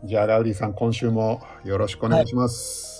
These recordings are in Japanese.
じゃあ、ラウディさん、今週もよろしくお願いします。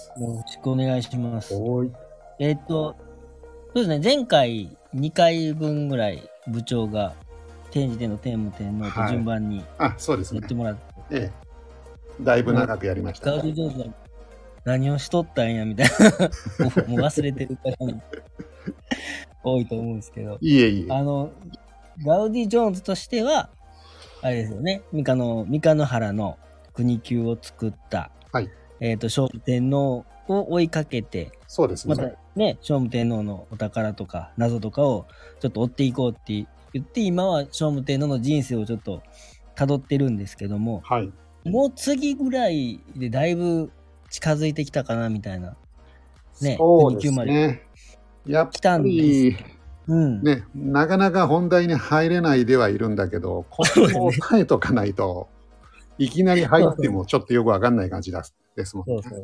よろしくお願いします。 おーい。 そうですね、前回2回分ぐらい部長が天智天皇天武天皇と順番にそうですね。 やってもらって、 ええ。だいぶ長くやりましたガウディ・ジョーンズは何をしとったんやみたいなもう忘れてる方も多いと思うんですけど、 いえいえ。 ガウディ・ジョーンズとしてはあれですよね、三日原の国宮を作った、 はい。 聖武天皇を追いかけて、 そうですね。 またね、聖武天皇のお宝とか謎とかをちょっと追っていこうって言って、今は聖武天皇の人生をちょっと辿ってるんですけども、 はい。 もう次ぐらいでだいぶ近づいてきたかなみたいな。ね、 そうです国級までね。やっ来たぱんですり、 けど。 ね、なかなか本題に入れないではいるんだけど、ここを押さえとかないと、いきなり入ってもちょっとよくわかんない感じですもんね。 そうそう。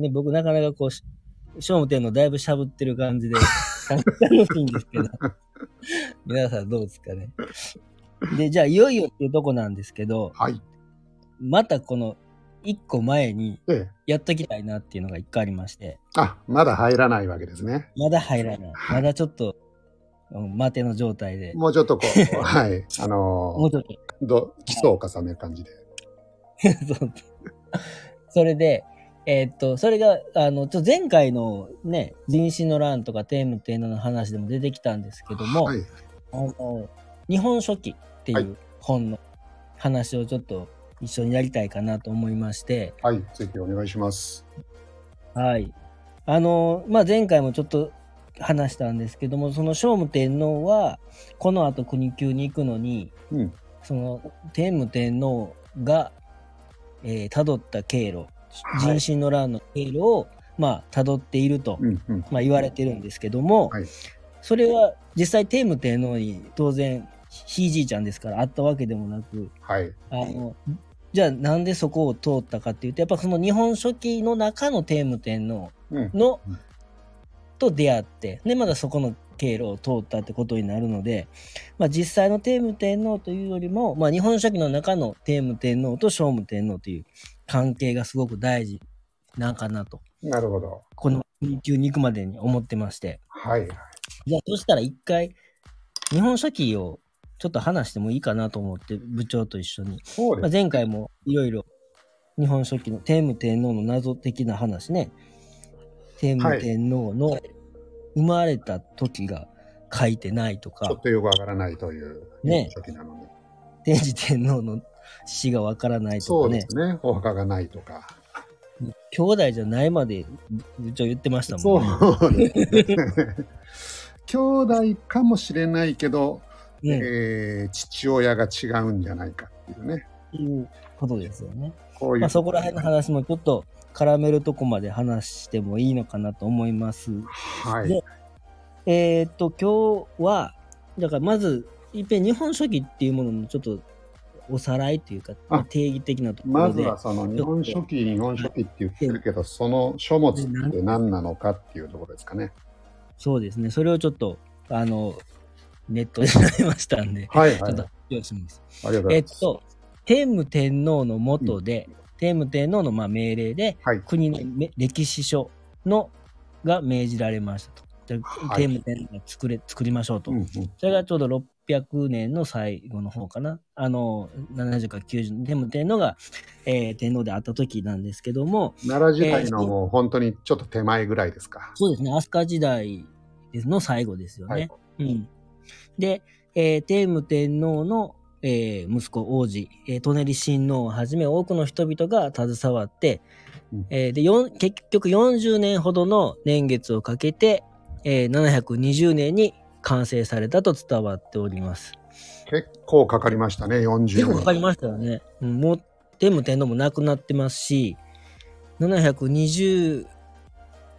僕なかなかこう、聖武天皇だいぶしゃぶってる感じで楽しいんですけど、皆さんどうですかね。で、じゃあいよいよっていうとこなんですけど、 はい。 またこの一個前にええ。 やっときたいなっていうのが一回ありまして、 まだ入らないわけですね。 まだ入らない。 はいまだちょっと、待ての状態で。 もうちょっとこう、はい。 もうちょっ基礎を重ねる感じで。 と。それで、それが、前回のね、人心の乱とか天武天皇の話でも出てきたんですけども、 はい。 日本書紀っていはいう本の話をちょっと一緒にやりたいかなと思いまして、 はい。ぜひお願いします。 はい。前回もちょっと話したんですけども、その聖武天皇は、この後国宮に行くのに、 うん。 その天武天皇が、辿った経路、 はい人心の乱の経路を、辿っていると、 うんうん。 言われてるんですけども、 はい。 それは実際天武天皇に当然、ひいじいちゃんですから会ったわけでもなく、 はい。 じゃあなんでそこを通ったかっていうと、やっぱその日本書紀の中の天武天皇うん。 の、と出会って、で、まだそこの経路を通ったってことになるので、実際の天武天皇というよりも、日本書紀の中の天武天皇と聖武天皇という関係がすごく大事なんかなと、 なるほど。 この研究に行くまでに思ってまして。 はい。 じゃあ、そしたら一回、日本書紀をちょっと話してもいいかなと思って、部長と一緒に。 そうです。 前回もいろいろ日本書紀の天武天皇の謎的な話ね、天武天皇の生まれた時が書いてないとか、 ちょっとよくわからないというね、 初期なのに。 天智天皇の死がわからないとそうでかね、 すね。お墓がないとか。 兄弟じゃないまで部長言ってましたもんね。 そうですね。兄弟かもしれないけど、父親が違うんじゃないかっていうね。 いうことですよね。 こういう。 そこら辺の話もちょっと絡めるとこまで話してもいいのかなと思います。 はい。 で、今日は、だからまず、いっぺん日本書紀っていうもののちょっとおさらいというか、定義的なところで。 まずはその日本書紀って言ってるけど、その書物って何なのかっていうところですかね。 そうですね。それをちょっと、ネットで調べましたんで、 はいはい、 ちょっと発表します。 ありがとうございます。 天武天皇の下で、天武天皇の命令で、国の歴史書が命じられましたと。天武天皇が作りましょうと。それがちょうど600年の最後の方かな。70から90年、天武天皇が、天皇であった時なんですけども。 奈良時代のもう本当にちょっと手前ぐらいですか。 そうですね。飛鳥時代の最後ですよね。で、天武天皇の、息子王子、舎人親王をはじめ多くの人々が携わって、で結局40年ほどの年月をかけて、720年に完成されたと伝わっております。 結構かかりましたね、40年。 結構かかりましたよね。もう天武天皇も亡くなってますし、720、もう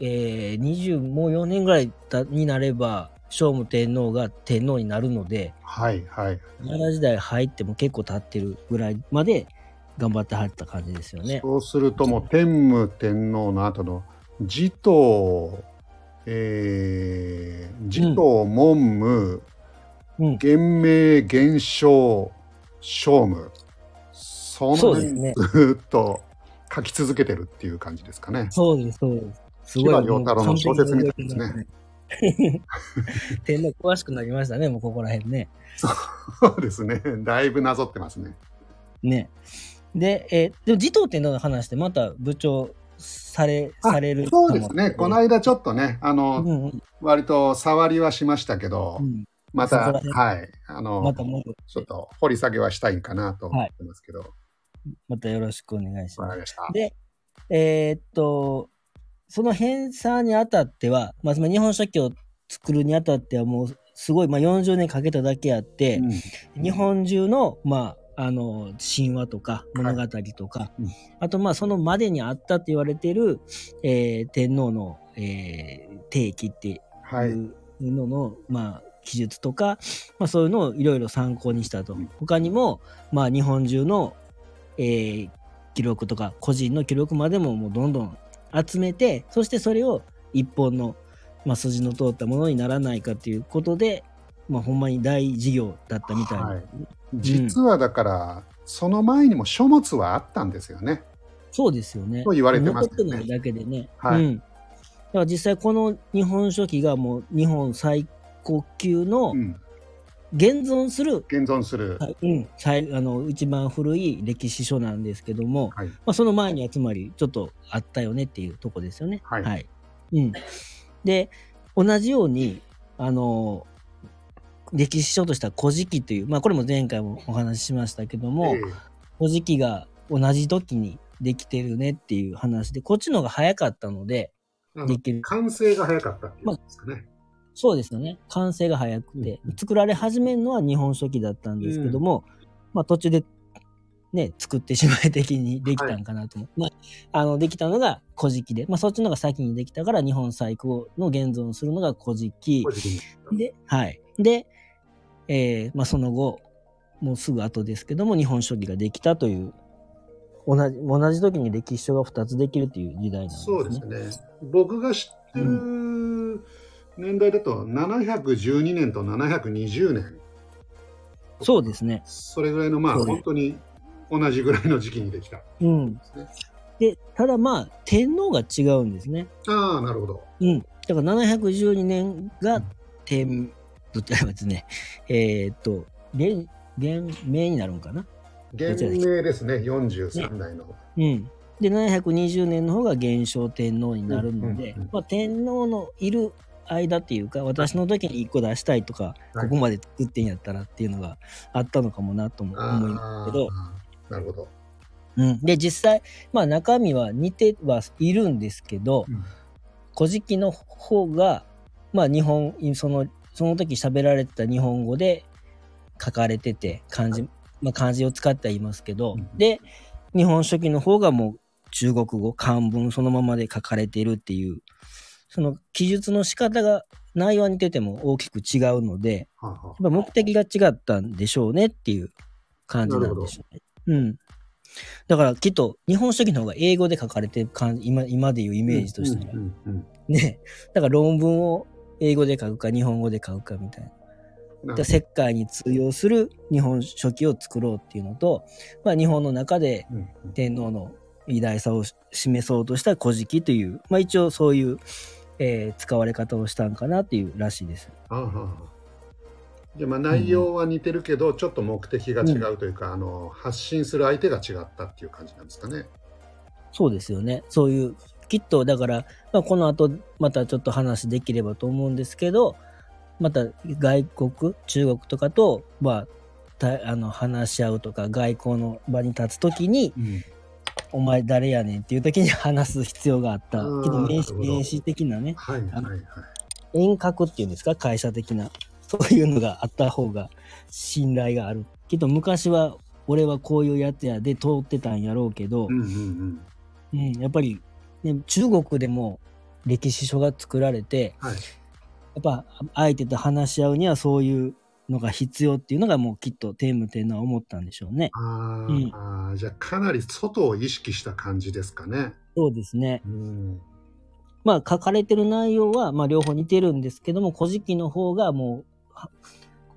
4年ぐらいになれば、聖武天皇が天皇になるので、 奈良時代入っても結構経ってるぐらいまで頑張ってはった感じですよね。 そうするともう天武天皇の後の持統、文武、元明元正聖武、 その辺そうですね。 ずっと書き続けてるっていう感じですかね。 そうです、そうです。す司ごい、 馬遼太郎の小説みたいですね。 天皇詳しくなりましたね、もうここら辺ね。 そうですね。だいぶなぞってますね。 ね。で、でも持統天皇の話ってまた部長されるそうですね。この間ちょっとね、割と触りはしましたけど、また、はい。 また戻ってちょっと掘り下げはしたいかなと思ってますけど。 またよろしくお願いします。 わかりました。 で、その編纂にあたっては、まあ、日本書紀を作るにあたってはもうすごい、まあ、40年かけただけあって、日本中の、まあ、神話とか物語とか、あとまあそのまでにあったと言われている、天皇の、定期っていうのの、まあ記述とか、まあ、そういうのをいろいろ参考にしたと。他にも、まあ、日本中の、記録とか個人の記録までももうどんどん集めて、そしてそれを一本の、まあ、筋の通ったものにならないかということで、まあ、ほんまに大事業だったみたいな、 実はだから、その前にも書物はあったんですよね。 そうですよね。 と言われてますよね。 残ってないだけでね。だから実際この日本書紀がもう日本最高級の現存する、一番古い歴史書なんですけども、まあ、その前にはつまりちょっとあったよねっていうとこですよね。で、同じように歴史書とした古事記という、まあ、これも前回もお話ししましたけども、古事記が同じ時にできてるねっていう話で、こっちの方が早かったのでできる。完成が早かったっていうんですかね。 そうですよね。完成が早くて、作られ始めるのは日本書紀だったんですけども、まあ途中でね、作ってしまい的にできたんかなと思う。まあ、できたのが古事記で、まあそっちのが先にできたから日本最高の現存するのが古事記。で、で、まあその後、もうすぐ後ですけども、日本書紀ができたという、同じ時に歴史書が2つできるという時代なんですね。 そうですね。僕が知ってる年代だと712年と720年。 そうですね。 それぐらいのまあ本当に同じぐらいの時期にできた。 で、ただまあ天皇が違うんですね。 ああ、なるほど。 だから712年がどちらかですね。元明になるんかな。 元明ですね、43代の。 で、720年の方が元正天皇になるので、まあ、天皇のいる間っていうか、私の時に1個出したいとか、ここまで作ってんやったらっていうのがあったのかもなとも思いますけど。 なるほど。 で、実際、まあ中身は似てはいるんですけど、古事記の方が、まあその時喋られてた日本語で書かれてて、漢字を使ってはいますけど、で、日本書紀の方がもう中国語、漢文そのままで書かれているっていう、その記述の仕方が内容は似てても大きく違うので、やっぱ目的が違ったんでしょうねっていう感じなんでしょうね。だからきっと日本書紀の方が英語で書かれてる感じ、今でいうイメージとしては。ね。だから論文を英語で書くか日本語で書くかみたいな。石灰に通用する日本書紀を作ろうっていうのと、まあ、日本の中で天皇の偉大さを示そうとした古事記という、まあ、一応そういう、使われ方をしたんかなっていうらしいです。 じゃあまあ内容は似てるけど、ちょっと目的が違うというか、発信する相手が違ったっていう感じなんですかね。 そうですよね。そういうきっとだから、まあ、この後またちょっと話できればと思うんですけど、また外国、中国とかと、まあ、話し合うとか外交の場に立つときに、お前誰やねんっていう時に話す必要があったけど、名詞的なね、遠隔っていうんですか、会社的な、そういうのがあった方が信頼がある。けど昔は俺はこういうやつやで通ってたんやろうけど、やっぱり、ね、中国でも歴史書が作られて、やっぱ相手と話し合うにはそういうのが必要っていうのがもうきっと天武天皇は思ったんでしょうね。 じゃあかなり外を意識した感じですかね。 そうですね。まあ書かれてる内容はまあ両方似てるんですけども、古事記の方がもう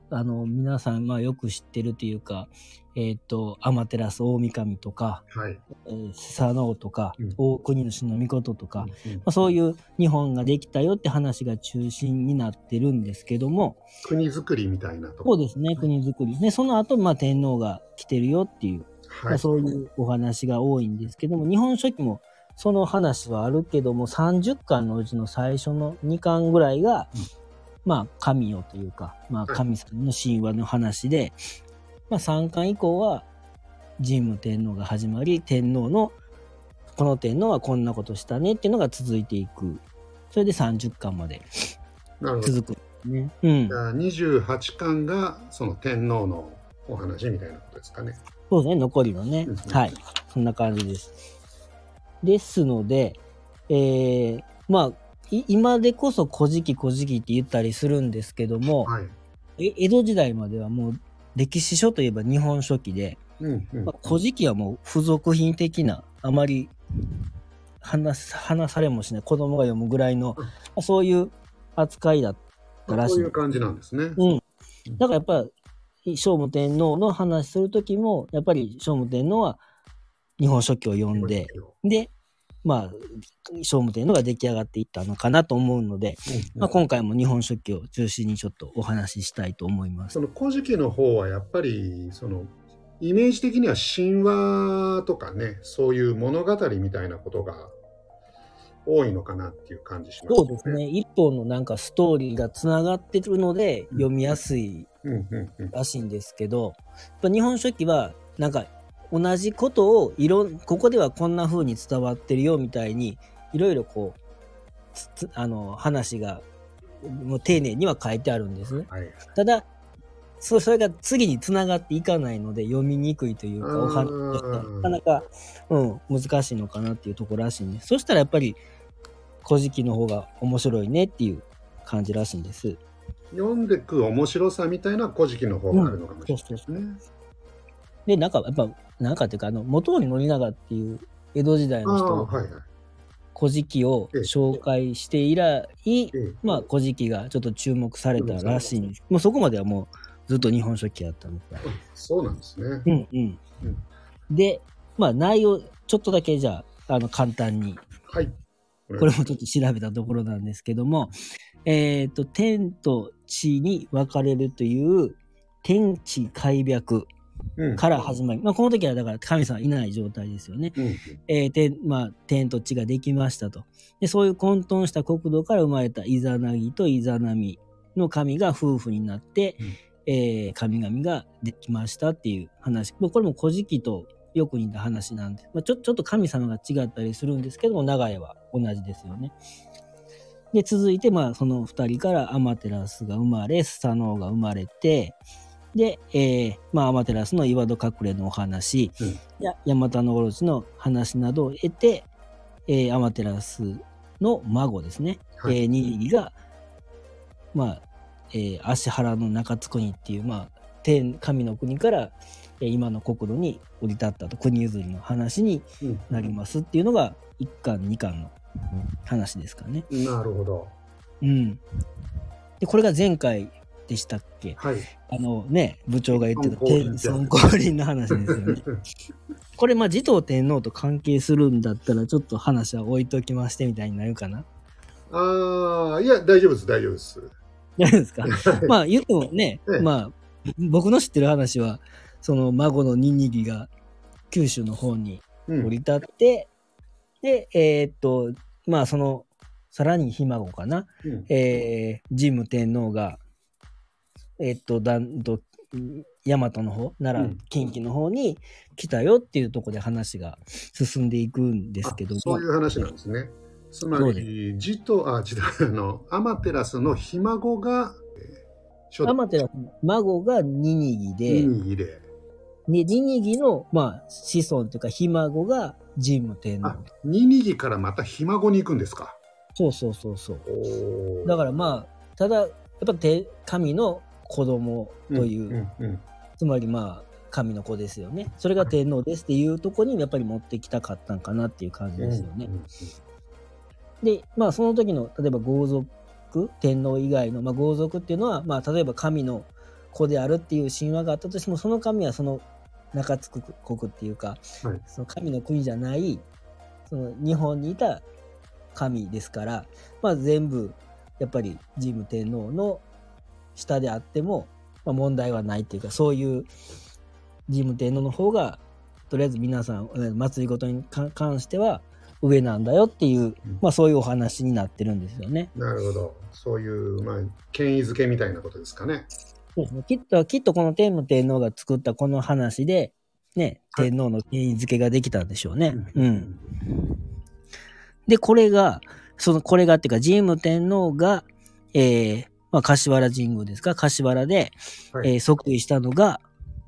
皆さん、よく知ってるというか、天照大神とか、 はい。 スサノオとか、大国主の命とか、 うんそういう日本ができたよって話が中心になってるんですけども、 国づくりみたいなところ。 そうですね、国づくり。で、その後、天皇が来てるよっていう、 はい。 そういうお話が多いんですけども、日本書紀もその話はあるけども、30巻のうちの最初の2巻ぐらいが、神よというか、神様の神話の話で、3巻以降は神武天皇が始まり、天皇の、この天皇はこんなことしたねっていうのが続いていく。それで30巻まで続くんですね。うん。 じゃあ28巻がその天皇のお話みたいなことですかね。 そうですね、残りのね。はい。そんな感じです。ですので、今でこそ古事記って言ったりするんですけども、 はい、 江戸時代まではもう歴史書といえば日本書紀で、古事記はもう付属品的な、あまり話されもしない子供が読むぐらいの、そういう扱いだったらしい。 そういう感じなんですね。 うん。だからやっぱり聖武天皇の話するときも、やっぱり聖武天皇は日本書紀を読んで、で、聖武天皇が出来上がっていったのかなと思うので、今回も日本書紀を中心にちょっとお話ししたいと思います。 その古事記の方はやっぱりそのイメージ的には神話とかね、そういう物語みたいなことが多いのかなっていう感じしますね。 そうですね。一本のなんかストーリーがつながってるので読みやすいらしいんですけど、日本書紀はなんか同じことをここではこんな風に伝わってるよみたいにいろいろこう話がもう丁寧には書いてあるんですね。はい、ただそれが次につながっていかないので読みにくいというか、お話がなかなか、難しいのかなっていうところらしいんです。そしたらやっぱり古事記の方が面白いねっていう感じらしいんです。 読んでく面白さみたいな古事記の方があるのかもしれないですね。 で、なんかやっぱなんかっていうか本居宣長っていう江戸時代の人が古事記を紹介して以来、古事記がちょっと注目されたらしいんです。もうそこまではもうずっと日本書紀やったみたい。 そうなんですね。 で、内容ちょっとだけじゃあ簡単に、これもちょっと調べたところなんですけども、天と地に分かれるという天地開闢から始まり、この時はだから神様いない状態ですよね。天と地ができましたと。で、そういう混沌した国土から生まれたイザナギとイザナミの神が夫婦になって、神々ができましたっていう話。これも古事記とよく似た話なんで、ちょっと神様が違ったりするんですけども、長屋は同じですよね。で、続いて、その二人からアマテラスが生まれ、スサノオが生まれて、で、アマテラスの岩戸隠れのお話、ヤマタノオロチの話などを得て、アマテラスの孫ですね、ニリギが、芦原の中津国っていう、神の国から、今の国土に降り立ったと、国譲りの話になりますっていうのが1巻2巻の話ですかね。 なるほど。 でこれが前回でしたっけ、部長が言ってた天孫降臨の話ですよね。これ持統天皇と関係するんだったらちょっと話は置いときましてみたいになるかな。 いや大丈夫です。 大丈夫ですか。言うてもね、僕の知ってる話はその孫のニニギが九州の方に降り立って、でそのさらにひ孫かな、神武天皇が大和の方奈良近畿の方に来たよっていうところで話が進んでいくんですけども、 そういう話なんですね。つまりアマテラスのひ孫がアマテラスの孫がニニギで、ニニギの子孫というかひ孫が神武天皇。 ニニギからまたひ孫に行くんですか。 そうだからただやっぱ神の子供という、つまり神の子ですよね。それが天皇ですっていうところにやっぱり持ってきたかったんかなっていう感じですよね。でその時の例えば豪族天皇以外の豪族っていうのは例えば神の子であるっていう神話があったとしても、その神はその中津国っていうか、 はい、 その神の国じゃないその日本にいた神ですから、まあ、全部やっぱり神武天皇の下であっても、まあ、問題はないっていうか、そういう神武天皇の方がとりあえず皆さん祭りごとに関しては上なんだよっていう、まあ、そういうお話になってるんですよね。 なるほど。そういう、まあ、権威づけみたいなことですかね。 そうですね。きっとこの天武天皇が作ったこの話で、ね、 はい、 天皇の権威づけができたんでしょうね。 うんうん。で、これがっていうか、神武天皇が、まあ、柏原神宮ですか、柏原で、 はい、 即位したのが、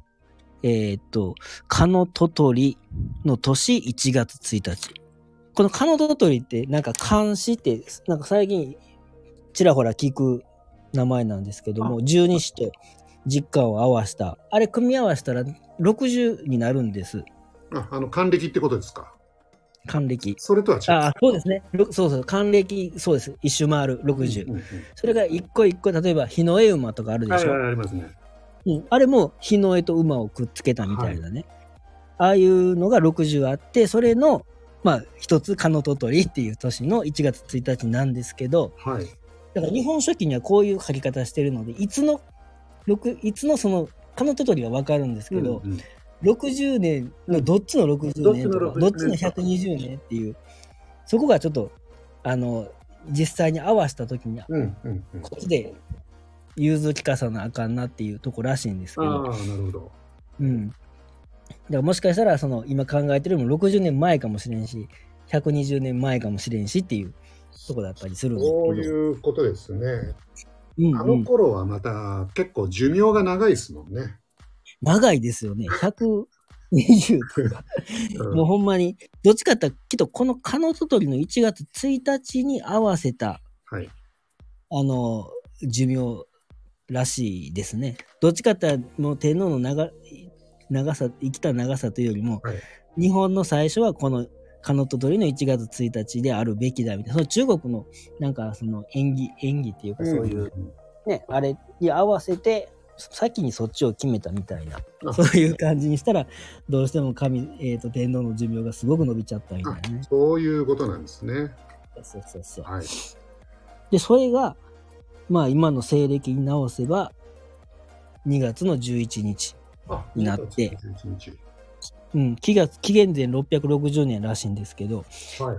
かのととりの年1月1日。このかのととりってなんか漢詩ってなんか最近ちらほら聞く名前なんですけども、十二支と実感を合わせたあれ組み合わせたら60になるんです。 還暦ってことですか。 還暦。 それとは違う。 あ、そうですね。そうそう、還暦、そうです。一周回る60。 うんうんうん、 それが一個一個、例えば日の絵馬とかあるでしょ。 はい、ありますね。 うん、あれも日の絵と馬をくっつけたみたいなね。ああいうのが60あって、それの、まあ、一つ、かのととりっていう年の1月1日なんですけど、 はい。 だから日本書紀にはこういう書き方してるので、いつのその、かのととりはわかるんですけど、 うんうん、 60年のどっちの60年とか、どっちの120年っていう、そこがちょっと、実際に合わせた時には、 うんうんうん、 こっちで融通聞かさなあかんなっていうところらしいんですけど。 ああ、なるほど。 うん。だからもしかしたら、その今考えてるのも60年前かもしれんし、120年前かもしれんしっていうところだったりするんですけど。 そういうことですね。 うんうん、 あの頃はまた結構寿命が長いですもんね。 長いですよね。120とか。 うん、 もうほんまに、どっちかっていうと、きっとこのかのととりの1月1日に合わせた、 はい。 寿命らしいですね。どっちかっていうと、もう天皇の長さ、生きた長さというよりも、 はい、 日本の最初はこのかのととりの1月1日であるべきだみたいな、その中国のなんかその演技っていうかそういう、ね、あれに合わせて、先にそっちを決めたみたいな、そういう感じにしたら、どうしても天皇の寿命がすごく伸びちゃったみたいなね。 そういうことなんですね。 そうそうそう。 はい、 で、それが、まあ今の西暦に直せば、2月の11日になって、うん、紀元前660年らしいんですけど、 はい、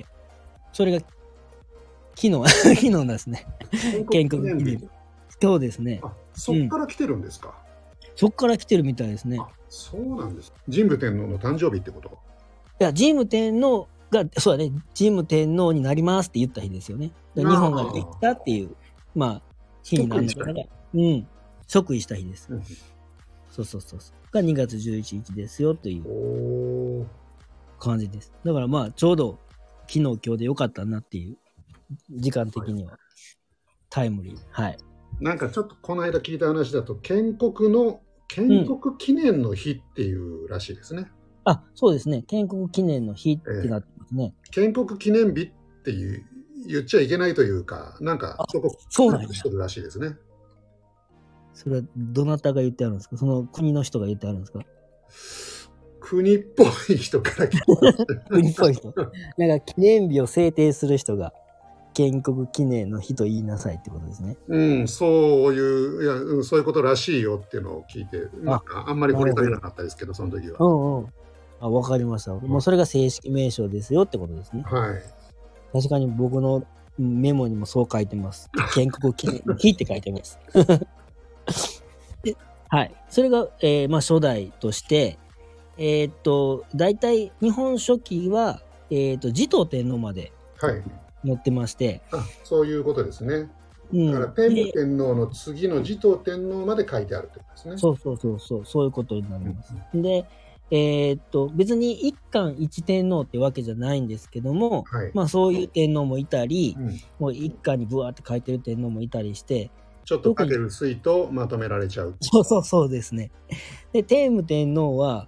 それが昨日ですね。建国記念。そうですね。 そっから来てるんですか。 そっから来てるみたいですね。 そうなんです。神武天皇の誕生日ってこと？ いや、神武天皇が、そうだね、神武天皇になりますって言った日ですよね。日本ができたっていう、まあ、日になるのかな。うん。即位した日です。そうそうそう。が2月11日ですよという感じです。だからまあ、ちょうど昨日今日でよかったなっていう、時間的には、タイムリー。はい。 なんかちょっとこの間聞いた話だと、建国記念の日っていうらしいですね。 あ、そうですね。建国記念の日ってなってますね。 建国記念日って言っちゃいけないというか、なんかそうなんしてるらしいですね。 それはどなたが言ってあるんですか？その国の人が言ってあるんですか？ 国っぽい人から聞いて国っぽい人。なんか記念日を制定する人が建国記念の日と言いなさいってことですね。 うん、そういうことらしいよっていうのを聞いて、あんまり掘り下げなかったですけど、その時は。 うんうん。あ、わかりました。もうそれが正式名称ですよってことですね。 はい。 確かに僕のメモにもそう書いてます。建国記念の日って書いてます。で、はい。それが、まあ初代として、大体日本書紀は、持統天皇まで載ってまして、 そういうことですね。だから天武天皇の次の持統天皇まで書いてあるってことですね。 そういうことになります。で、別に一漢一天皇ってわけじゃないんですけども、まあそういう天皇もいたり、もう一漢にブワーって書いてる天皇もいたりして、 ちょっと書ける水とまとめられちゃう。 そうですね。で、天武天皇は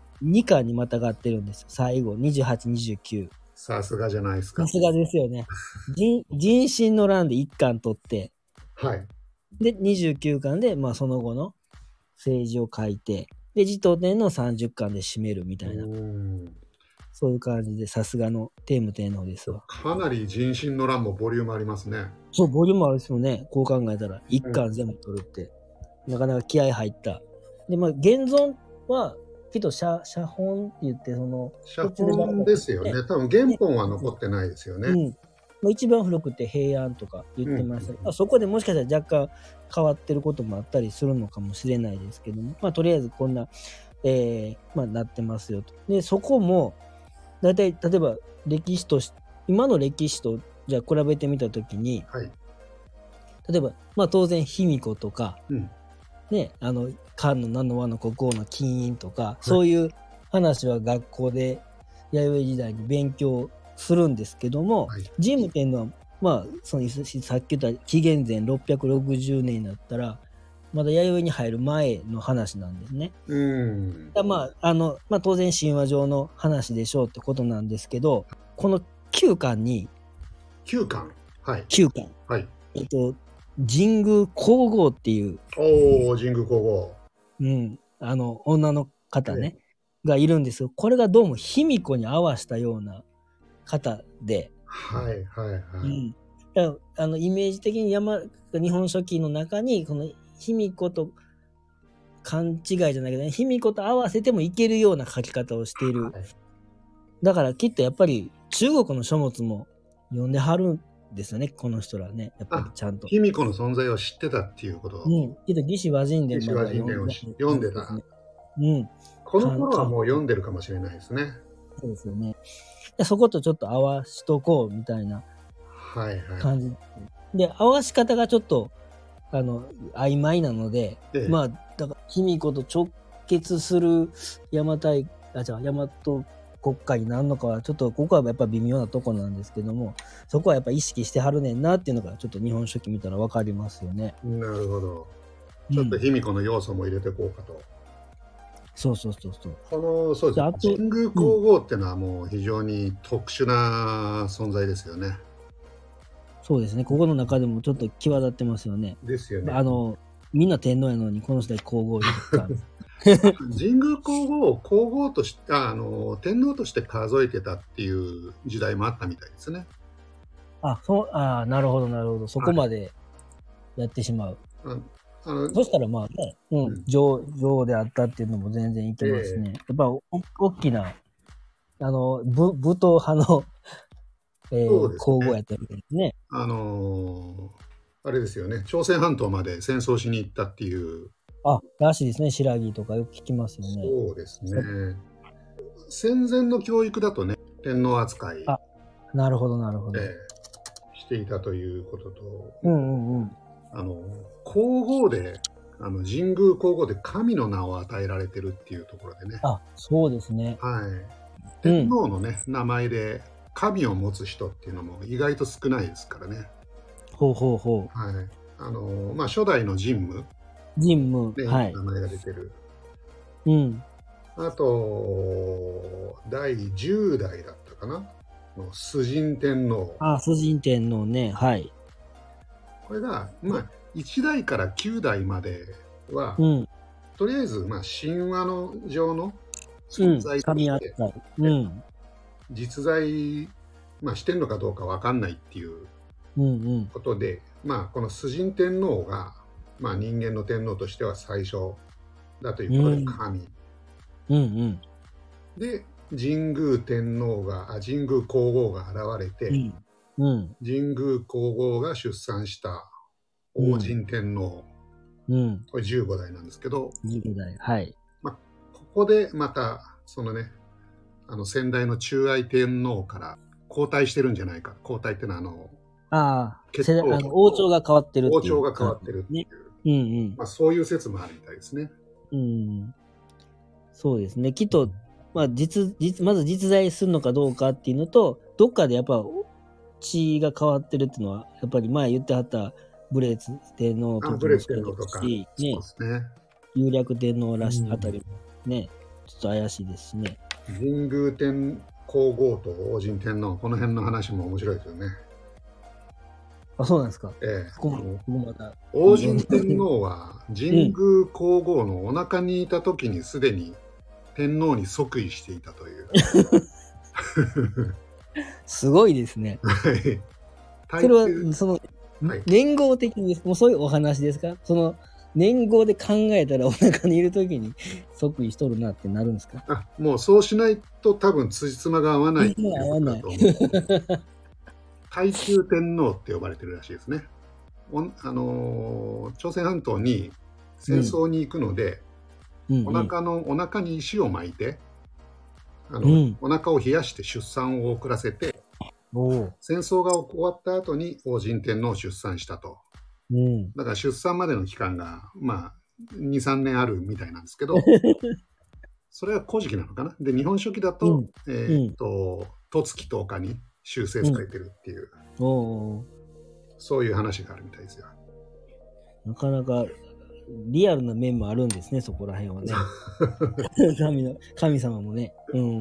2巻にまたがってるんですよ。最後、28、29。 さすがじゃないですか。 さすがですよね。人心の乱で1巻取って、 はい。 で、29巻で、まあ、その後の政治を書いて、で、持統天皇30巻で締めるみたいな、そういう感じで、さすがの天武天皇ですわ。 かなり人心の乱もボリュームありますね。 そう、ボリュームあるですよね。こう考えたら、1巻全部取るって、なかなか気合入った。で、まあ、現存は、きっと写本って言って、その、 写本ですよね。多分原本は残ってないですよね。 まあ、一番古くて平安とか言ってましたけど、そこでもしかしたら若干変わってることもあったりするのかもしれないですけども、まあ、とりあえずこんな、まあ、なってますよと。で、そこも、大体、例えば歴史とし、今の歴史とじゃあ比べてみたときに、 はい、 例えば、まあ、当然卑弥呼とか、ね、漢の名の和の国王の金印とか、そういう話は学校で弥生時代に勉強するんですけども、神武天皇は、まあ、そのさっき言った紀元前660年になったら、まだ弥生に入る前の話なんですね。まあ、まあ、当然神話上の話でしょうってことなんですけど、この9巻に、 9巻はい。 9巻。 はい。 神宮皇后っていう。 神宮皇后。 女の方ね、がいるんですよ。これがどうも卑弥呼に合わせたような方で。 はいはいはい。 イメージ的に日本書紀の中に、この卑弥呼と勘違いじゃないけど、卑弥呼と合わせてもいけるような書き方をしている。だからきっとやっぱり中国の書物も読んではるんですよね、この人らね。やっぱりちゃんと。 卑弥呼の存在を知ってたっていうこと。 きっと魏志倭人伝までは読んでた。この頃はもう読んでるかもしれないですね。 そうですよね。そことちょっと合わしとこうみたいな感じ。で、合わし方がちょっと、曖昧なので、まあ、だから、卑弥呼と直結する大和国家になるのかは、ちょっとここはやっぱ微妙なとこなんですけども、そこはやっぱ意識してはるねんなっていうのが、ちょっと日本書紀見たら分かりますよね。 なるほど。ちょっと卑弥呼の要素も入れていこうかと。 そう。 そうです。神宮皇后ってのはもう非常に特殊な存在ですよね。 そうですね。ここの中でもちょっと際立ってますよね。 ですよね。 みんな天皇やのに、この人は皇后か。 神宮皇后として、天皇として数えてたっていう時代もあったみたいですね。 なるほど。そこまでやってしまう。そしたらまあね、女王であったっていうのも全然いけますね。やっぱ大きな、武闘派の、皇后やったみたいですね。 あれですよね。朝鮮半島まで戦争しに行ったっていう。 らしいですね。新羅とかよく聞きますよね。 そうですね。戦前の教育だとね、天皇扱い。 なるほど。 していたということと、皇后で、神宮皇后で神の名を与えられてるっていうところでね。 そうですね。 はい。天皇のね、名前で神を持つ人っていうのも意外と少ないですからね。 はい。 まあ、初代の神武。 はい。 名前が出てる。あと、第10代だったかなの崇神天皇。 崇神天皇ね。はい。 これが、まあ、1代から9代までは、とりあえず、まあ、神話の上の存在として、実在、まあ、してるのかどうか分かんないっていうことで、まあ、この崇神天皇が、まあ、人間の天皇としては最初だということで神。で、神宮皇后が現れて、神宮皇后が出産した王神天皇、これ15代なんですけど、 15代、はい。 まあ、ここでまたそのね、先代の中愛天皇から交代してるんじゃないか。交代ってのは王朝が変わってるっていう。 王朝が変わってるっていう。まあ、そういう説もあるみたいですね。 そうですね。きっと、まあ、まず実在するのかどうかっていうのと、どっかでやっぱ血が変わってるっていうのは、やっぱり前言ってはった武烈天皇とかもそうですし、有略天皇らしいあたりね、ちょっと怪しいですしね。 神宮天皇后と王神天皇、この辺の話も面白いですよね。 あ、そうなんですか。 王神天皇は神宮皇后のお腹にいた時にすでに天皇に即位していたという。 すごいですね。それはその、年号的にもうそういうお話ですか？その年号で考えたらお腹にいる時に即位しとるなってなるんですか？ あ、もうそうしないと多分辻褄が合わないっていうことだと思う。太中天皇って呼ばれてるらしいですね。朝鮮半島に戦争に行くので、お腹に石を巻いてお腹を冷やして出産を遅らせて、戦争が終わった後に王神天皇を出産したと。だから出産までの期間がまあ2、3年あるみたいなんですけどそれは古事記なのかな。で日本書紀だと十月10日に修正されてるっていう、そういう話があるみたいですよ。 なかなかリアルな面もあるんですね、そこら辺はね。神様もね。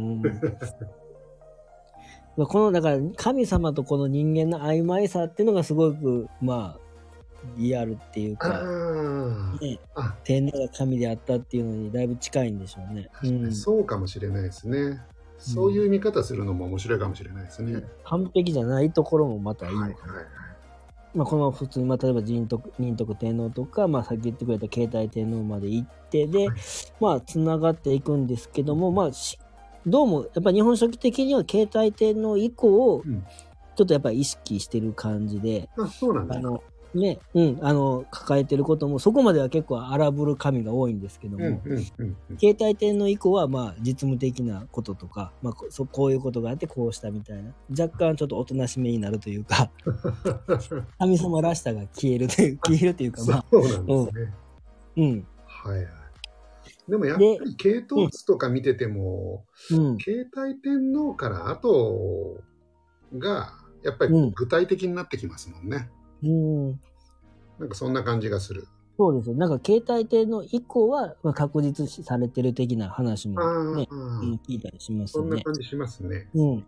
このだから神様とこの人間の曖昧さっていうのがすごくまあリアルっていうか、ね、天皇が神であったっていうのにだいぶ近いんでしょうね。 そうかもしれないですね。そういう見方するのも面白いかもしれないですね。 完璧じゃないところもまたいいのかな。まあこの普通に例えば仁徳天皇とか、まあさっき言ってくれた継体天皇まで行ってで、まあつながっていくんですけども、まあどうもやっぱ日本書紀的には継体天皇以降をちょっとやっぱり意識してる感じで、 そうなんですか。 ね、抱えてることもそこまでは結構荒ぶる神が多いんですけども、継体天皇以降はまあ実務的なこととか、まあ、こういうことがあってこうしたみたいな若干ちょっとおとなしめになるというか神様らしさが消えるというか、まあそうなんですね。はい。でもやっぱり系統図とか見てても、継体天皇から後がやっぱり具体的になってきますもんね。なんかそんな感じがする。 そうですよ。なんか継体天皇以降は確実視されてる的な話もね、聞いたりしますね。 そんな感じしますね。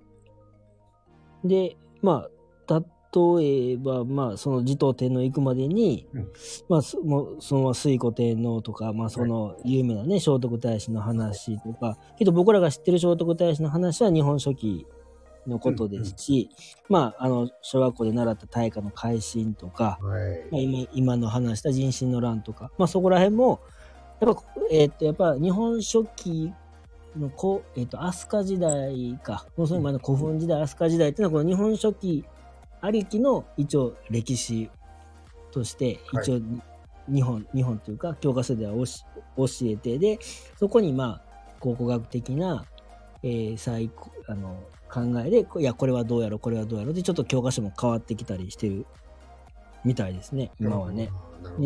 で、まあ例えばまあその持統天皇行くまでに、まあその推古天皇とか、まあその有名なね聖徳太子の話とか、けど僕らが知ってる聖徳太子の話は日本書紀のことですし、まあ小学校で習った大化の改新とか、まあ、今の話した壬申の乱とか、まあそこら辺もやっぱ日本書紀の飛鳥時代か、もうその前の古墳時代、飛鳥時代っていうのはこの日本書紀ありきの一応歴史として一応日本というか教科書では教えて、でそこにまあ考古学的な、考えで、いやこれはどうやろうこれはどうやろうでちょっと教科書も変わってきたりしてるみたいですね今はね。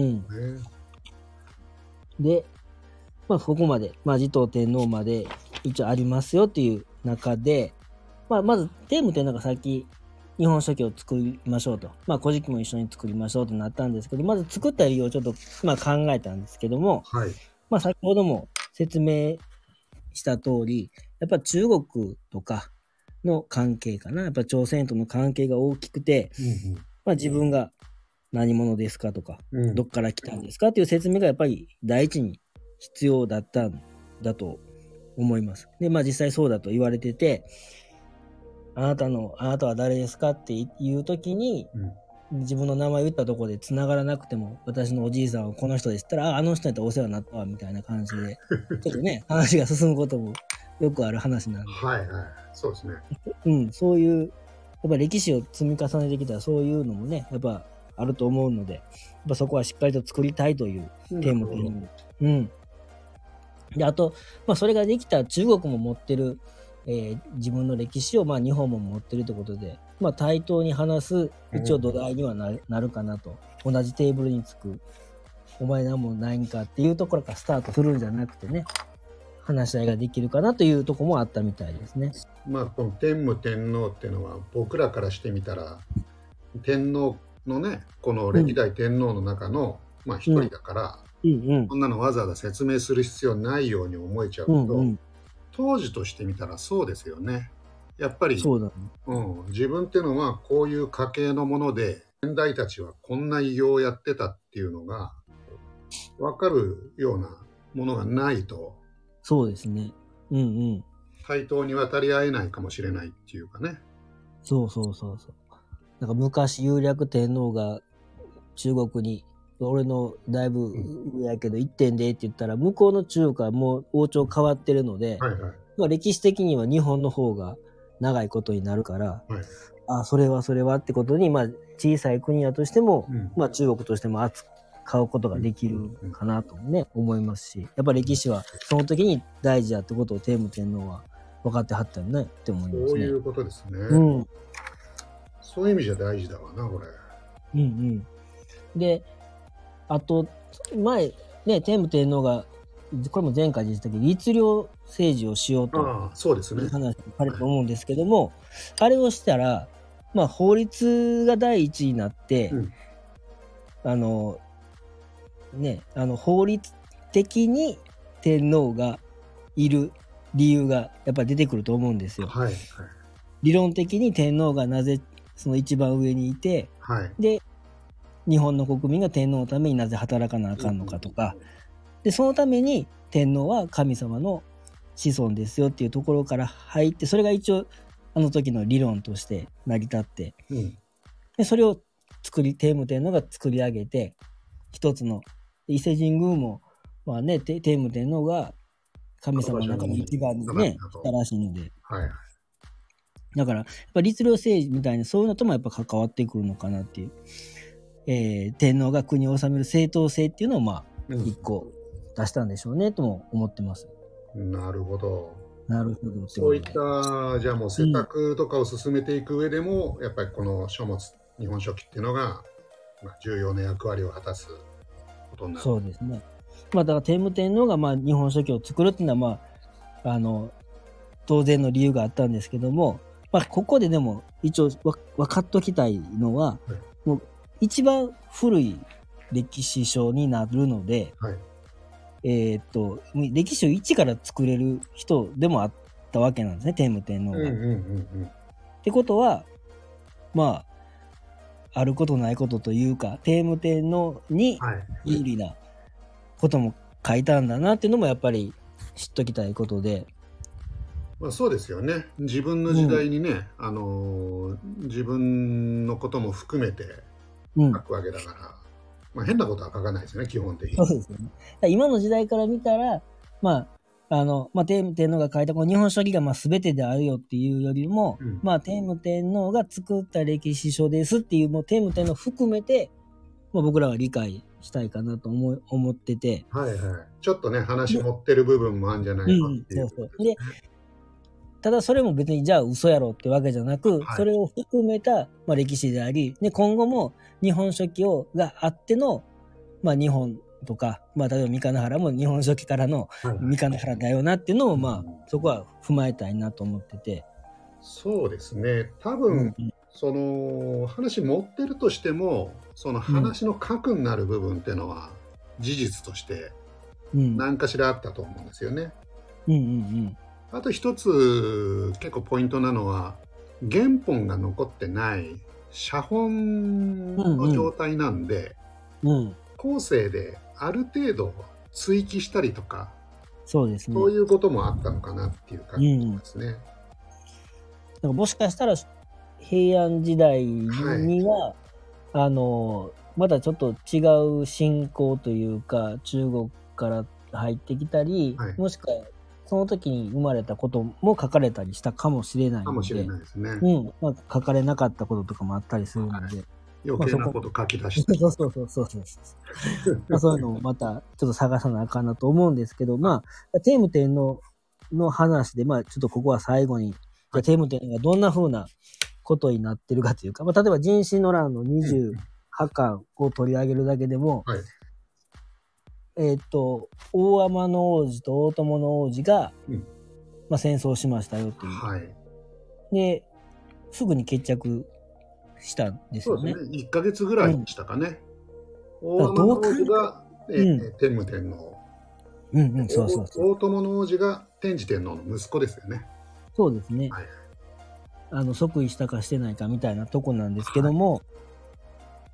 で、まあここまで、まあ持統天皇まで一応ありますよっていう中で、まあまず天武天皇がさっき日本書紀を作りましょうと、まあ古事記も一緒に作りましょうとなったんですけど、まず作った理由をちょっとまあ考えたんですけども、まあ先ほども説明した通り、やっぱ中国とかの関係かな、やっぱ朝鮮との関係が大きくて、まあ自分が何者ですかとか、どっから来たんですかっていう説明がやっぱり第一に必要だったんだと思います。で、まあ実際そうだと言われてて、あなたは誰ですかっていう時に、自分の名前言ったところで繋がらなくても、私のおじいさんはこの人ですったら、あの人やったらお世話になったわみたいな感じで、ちょっとね、話が進むこともよくある話なんで。 そうですね。 そういう、やっぱ歴史を積み重ねてきたそういうのもね、やっぱあると思うので、やっぱそこはしっかりと作りたいというテーマで、で、あと、まあそれができた中国も持ってる、自分の歴史をまあ日本も持ってるということで、まあ対等に話す一応土台にはなるかなと。同じテーブルにつく、お前なんもないんかっていうところからスタートするんじゃなくてね、話し合いができるかなというところもあったみたいですね。 まあこの天武天皇っていうのは僕らからしてみたら天皇のね、この歴代天皇の中のまあ一人だから、こんなのわざわざ説明する必要ないように思えちゃうけど、当時としてみたらそうですよね。やっぱり自分っていうのはこういう家系のもので、 先代たちはこんな偉業をやってたっていうのが分かるようなものがないと、 そうですね。うんうん。 対等に渡り合えないかもしれないっていうかね。 そうそうそうそう。なんか昔有略天皇が中国に、俺のだいぶ上やけど、1点でって言ったら、向こうの中国はもう王朝変わってるので、 はいはい。 まあ歴史的には日本の方が長いことになるから、 はい、 あ、それはってことに、まあ小さい国やとしても、 うん、 まあ中国としても扱うことができるかなとね、思いますし、やっぱ歴史はその時に大事やってことを天武天皇は分かってはったよねって思いますね。 そういうことですね。 うん。 そういう意味じゃ大事だわな、これ。 うんうん。で、あと、前、ね、天武天皇が、これも前回でしたけど、律令政治をしようと、 そうですね。 いう話があると思うんですけども、あれをしたら、まあ、法律が第一になって、法律的に天皇がいる理由がやっぱり出てくると思うんですよ。 はいはい、 理論的に天皇がなぜその一番上にいて、 はい、 で日本の国民が天皇のためになぜ働かなあかんのかとか、でそのために天皇は神様の子孫ですよっていうところから入って、それが一応あの時の理論として成り立って、でそれを天武天皇が作り上げて、一つの伊勢神宮もまあね、天武天皇が神様の中の一番にね来たらしいので、だからやっぱ律令政治みたいなそういうのともやっぱ関わってくるのかなっていう、天皇が国を治める正当性っていうのをまあ一個出したんでしょうねとも思ってます。 なるほど。 なるほど。 そういったじゃあもう施策とかを進めていく上でも、やっぱりこの書物日本書紀っていうのが、まあ、重要な役割を果たすことになる。 そうですね。まあだから天武天皇がまあ日本書紀を作るっていうのはまあ当然の理由があったんですけども、まあここででも一応分かっときたいのは、もう一番古い歴史書になるので、歴史を一から作れる人でもあったわけなんですね、天武天皇が。ってことはまああることないことというか、天武天皇に有利なことも書いたんだなっていうのもやっぱり知っときたいことで。 まあ、そうですよね。自分の時代にね、自分のことも含めて書くわけだから、まあ、変なことは書かないですね、基本的に。 そうですよね。今の時代から見たら、天武天皇が書いたこの日本書紀が全てであるよっていうよりも、天武天皇が作った歴史書ですっていう、もう天武天皇含めて、僕らは理解したいかなと思ってて。 ちょっとね、話持ってる部分もあるんじゃないかっていう。 でただそれも別にじゃあ嘘やろってわけじゃなく、それを含めた、歴史であり、で今後も日本書紀があっての、日本とか、例えば三金原も日本書紀からの三金原だよなっていうのを、そこは踏まえたいなと思ってて。 そうですね。多分、その話持ってるとしても、その話の核になる部分っていうのは事実として何かしらあったと思うんですよね。あと一つ結構ポイントなのは、原本が残ってない写本の状態なんで、後世である程度追記したりとか、 そうですね、 そういうこともあったのかなっていう感じですね。 もしかしたら平安時代には、まだちょっと違う信仰というか中国から入ってきたり、もしくはその時に生まれたことも書かれたりしたかもしれないので、 かもしれないですね。 書かれなかったこととかもあったりするので、 余計なこと書き出して、 そういうのもまたちょっと探さなあかんなと思うんですけど、天武天皇の話で、ちょっとここは最後に、天武天皇がどんな風なことになってるかというか、例えば壬申の乱の28巻を取り上げるだけでも、大天の王子と大友の王子が、戦争しましたよっていう。ですぐに決着したんですよね。 そうですね。1ヶ月ぐらいでしたかね。大天の王子が、天武天皇。大友の王子が天智天皇の息子ですよね。 そうですね。即位したかしてないかみたいなとこなんですけども、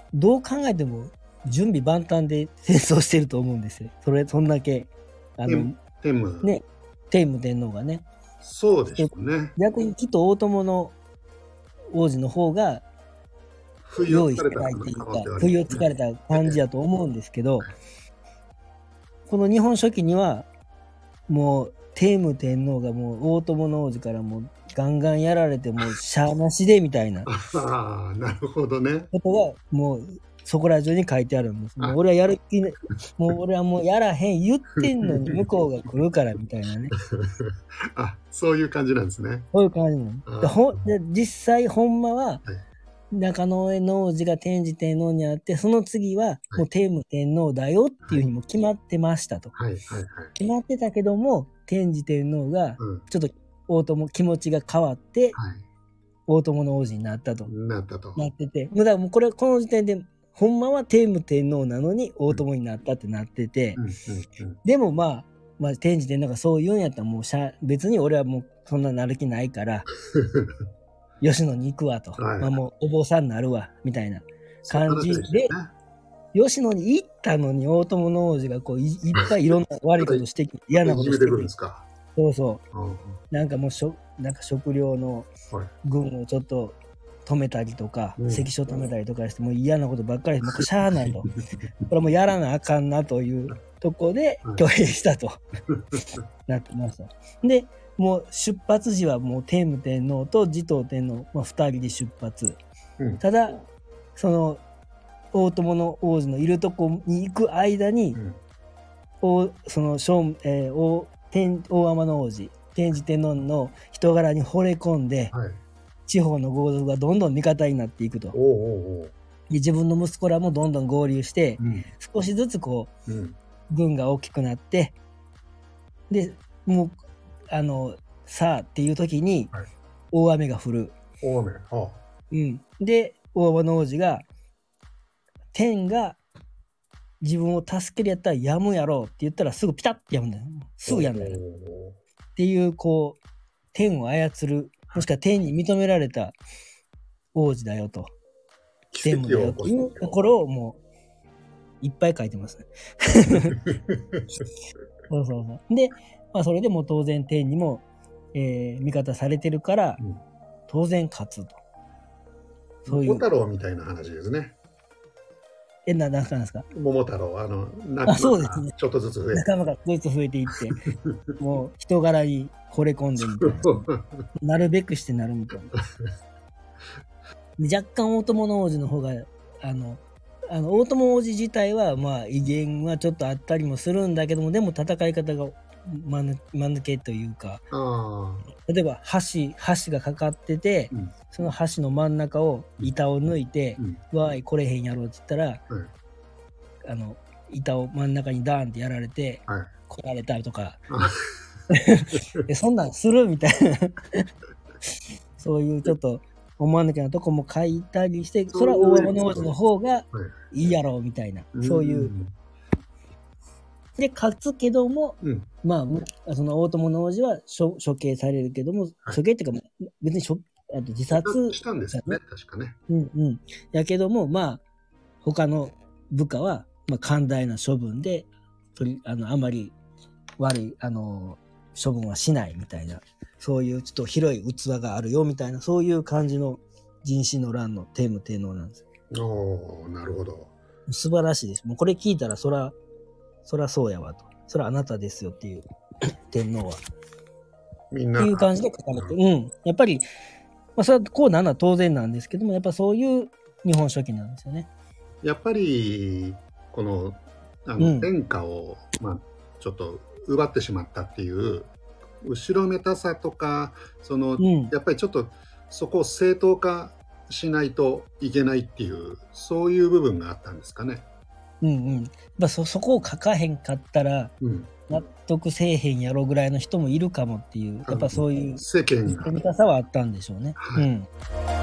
どう考えても準備万端で戦争してると思うんですよ。そんだけ天武ね、天武天皇がね。 そうでしょうね。 逆にきっと大友の王子の方が用意してないっていうか、不意をつかれた感じやと思うんですけど、この日本書紀にはもう天武天皇がもう大友の王子からもうガンガンやられてもうしゃーなしでみたいなああ、なるほどね。 ことがもうそこら中に書いてあるんです。もう俺はやる気ね、もう俺はもうやらへん言ってんのに向こうが来るからみたいなね。 あ、そういう感じなんですね。 そういう感じなの。で実際ほんまは、中野上の王子が天智天皇にあって、その次はもう天武天皇だよっていうふうにも決まってましたと。決まってたけども、天智天皇がちょっと大友気持ちが変わって、大友の王子になったと。なってて。だからもうこの時点で、ほんまは天武天皇なのに大友になったってなってて、でもまあ天智天皇がそう言うんやったらもう別に俺はもうそんななる気ないから、吉野に行くわと。まあもうお坊さんになるわ、みたいな感じで、吉野に行ったのに大友の王子がこういっぱいいろんな悪いことしてきて、嫌なことしてきて。そうそう。なんかもうなんか食料の軍をちょっと止めたりとか、関所止めたりとかして、もう嫌なことばっかり、もうしゃあないと。これもうやらなあかんなというとこで挙兵したとなってました。で、もう出発時はもう天武天皇と持統天皇、2人で出発。ただ、その大友の王子のいるとこに行く間に、その大天の王子、天智天皇の人柄に惚れ込んで、地方の豪族がどんどん味方になっていくと。で自分の息子らもどんどん合流して、少しずつこう、軍が大きくなって、で、もう、さあっていう時に、大雨が降る。で、大天の王子が、天が自分を助けるやったらやむやろうって言ったらすぐピタッてやむんだよ。すぐやむんだよ。っていう、こう、天を操る、もしくは天に認められた王子だよと。天武だよというところをもう、いっぱい書いてますね。そう。で、それでもう当然天にも、味方されてるから、当然勝つと。 そういう。桃太郎みたいな話ですね。 なんですか桃太郎、 そうですね。 ちょっとずつ増えて。 仲間がずっと増えていって、もう人柄に惚れ込んでみたいな。なるべくしてなるみたいな。若干大友の王子の方が、大友王子自体は、威厳はちょっとあったりもするんだけども、でも戦い方が間抜けというか、例えば橋がかかってて、その橋の真ん中を板を抜いて、わーい来れへんやろって言ったら、板を真ん中にダーンってやられて、来られたとかそんなんするみたいなそういうちょっと思わなきゃなとこも書いたりして、それは大天王子の方がいいやろうみたいな、そういうで勝つけども、その大友の王子は処刑されるけども、処刑っていうか別に自殺したんですね、確かね。 やけども他の部下は寛大な処分であまり悪い処分はしないみたいな、そういうちょっと広い器があるよみたいな、そういう感じの人心の乱の天武天皇なんです。 なるほど。 素晴らしいです。もうこれ聞いたらそらそうやわと。そらあなたですよっていう天皇は。みんな。っていう感じで書かれて。やっぱり、それはこうなのは当然なんですけども、やっぱそういう日本書紀なんですよね。 やっぱり、この、天下を、ちょっと奪ってしまったっていう、後ろめたさとか、やっぱりちょっとそこを正当化しないといけないっていう、そういう部分があったんですかね。 そこを書かへんかったら、納得せえへんやろぐらいの人もいるかもっていう、やっぱそういう世間が見たさはあったんでしょうね。